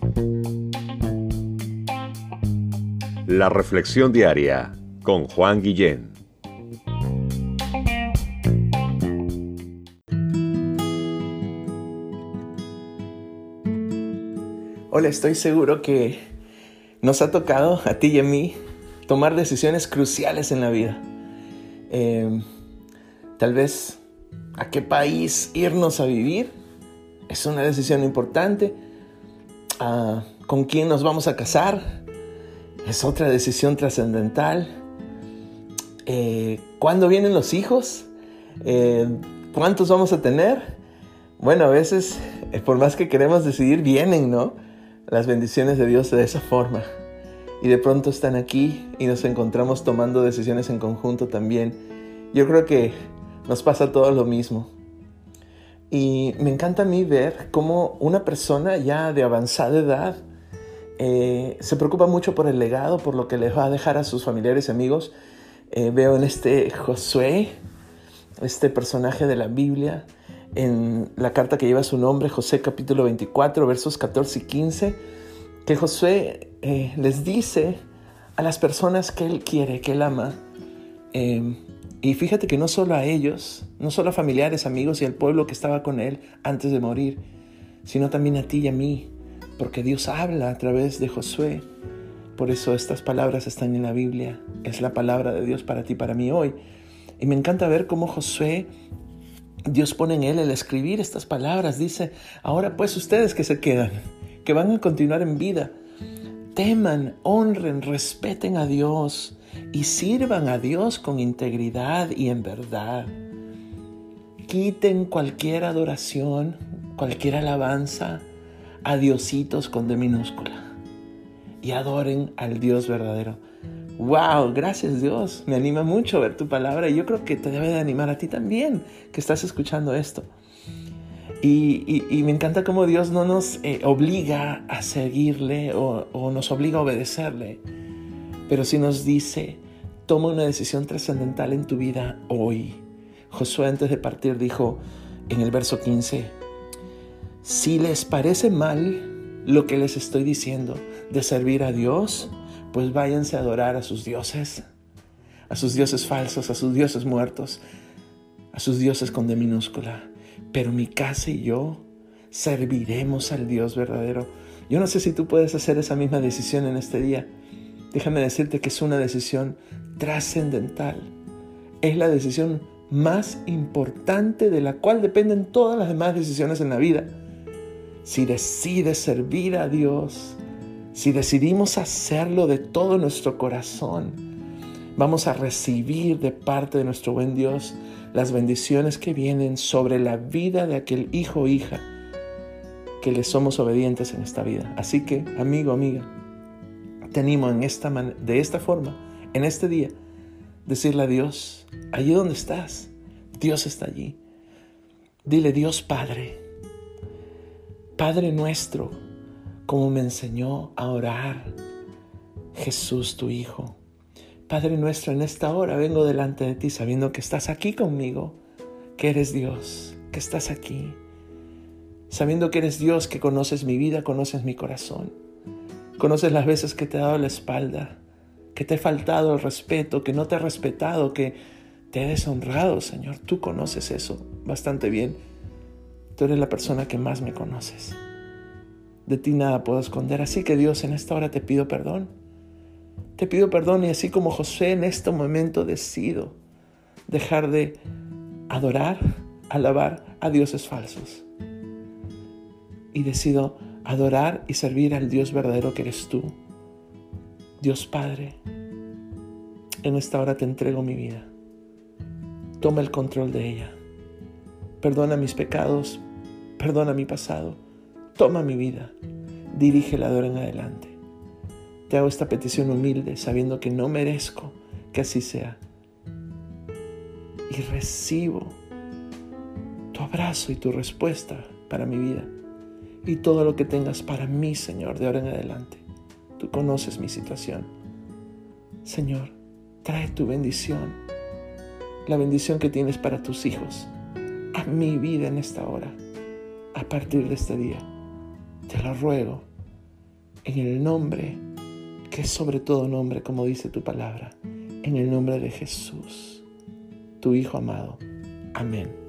La reflexión diaria con Juan Guillén. Hola, estoy seguro que nos ha tocado a ti y a mí tomar decisiones cruciales en la vida. Tal vez a qué país irnos a vivir es una decisión importante. ¿Con quién nos vamos a casar? Es otra decisión trascendental. ¿Cuándo vienen los hijos? ¿Cuántos vamos a tener? Bueno, a veces, por más que queremos decidir, vienen, ¿no? Las bendiciones de Dios de esa forma. Y de pronto están aquí y nos encontramos tomando decisiones en conjunto también. Yo creo que nos pasa a todos lo mismo. Y me encanta a mí ver cómo una persona ya de avanzada edad se preocupa mucho por el legado, por lo que les va a dejar a sus familiares y amigos. Veo en este Josué, este personaje de la Biblia, en la carta que lleva su nombre, Josué capítulo 24, versos 14 y 15, que Josué les dice a las personas que él quiere, que él ama. Y fíjate que no solo a ellos, no solo a familiares, amigos y al pueblo que estaba con él antes de morir, sino también a ti y a mí, porque Dios habla a través de Josué. Por eso estas palabras están en la Biblia. Es la palabra de Dios para ti, para mí hoy. Y me encanta ver cómo Josué, Dios pone en él el escribir estas palabras. Dice, ahora pues ustedes que se quedan, que van a continuar en vida, teman, honren, respeten a Dios y sirvan a Dios con integridad y en verdad. Quiten cualquier adoración, cualquier alabanza a diositos con D minúscula y adoren al Dios verdadero. ¡Wow! Gracias, Dios. Me anima mucho ver tu palabra y yo creo que te debe de animar a ti también que estás escuchando esto. Y me encanta cómo Dios no nos obliga a seguirle o nos obliga a obedecerle, pero sí nos dice, toma una decisión trascendental en tu vida hoy. Josué antes de partir dijo en el verso 15, si les parece mal lo que les estoy diciendo de servir a Dios, pues váyanse a adorar a sus dioses falsos, a sus dioses muertos, a sus dioses con D minúscula. Pero mi casa y yo serviremos al Dios verdadero. Yo no sé si tú puedes hacer esa misma decisión en este día. Déjame decirte que es una decisión trascendental. Es la decisión más importante de la cual dependen todas las demás decisiones en la vida. Si decides servir a Dios, si decidimos hacerlo de todo nuestro corazón, vamos a recibir de parte de nuestro buen Dios las bendiciones que vienen sobre la vida de aquel hijo o hija que le somos obedientes en esta vida. Así que, amigo, amiga, te animo de esta forma, en este día, decirle a Dios, allí donde estás, Dios está allí. Dile, Dios Padre, Padre nuestro, como me enseñó a orar Jesús, tu Hijo. Padre nuestro, en esta hora vengo delante de ti sabiendo que estás aquí conmigo, que eres Dios, que estás aquí. Sabiendo que eres Dios, que conoces mi vida, conoces mi corazón. Conoces las veces que te he dado la espalda, que te he faltado el respeto, que no te he respetado, que te he deshonrado, Señor. Tú conoces eso bastante bien. Tú eres la persona que más me conoces. De ti nada puedo esconder. Así que Dios, en esta hora te pido perdón. Te pido perdón y así como Josué en este momento decido dejar de adorar, alabar a dioses falsos. Y decido adorar y servir al Dios verdadero que eres tú. Dios Padre, en esta hora te entrego mi vida. Toma el control de ella. Perdona mis pecados, perdona mi pasado. Toma mi vida, dirígela de ahora en adelante. Te hago esta petición humilde, sabiendo que no merezco que así sea. Y recibo tu abrazo y tu respuesta para mi vida. Y todo lo que tengas para mí, Señor, de ahora en adelante. Tú conoces mi situación. Señor, trae tu bendición. La bendición que tienes para tus hijos. A mi vida en esta hora. A partir de este día. Te lo ruego en el nombre que es sobre todo nombre, como dice tu palabra, en el nombre de Jesús, tu Hijo amado. Amén.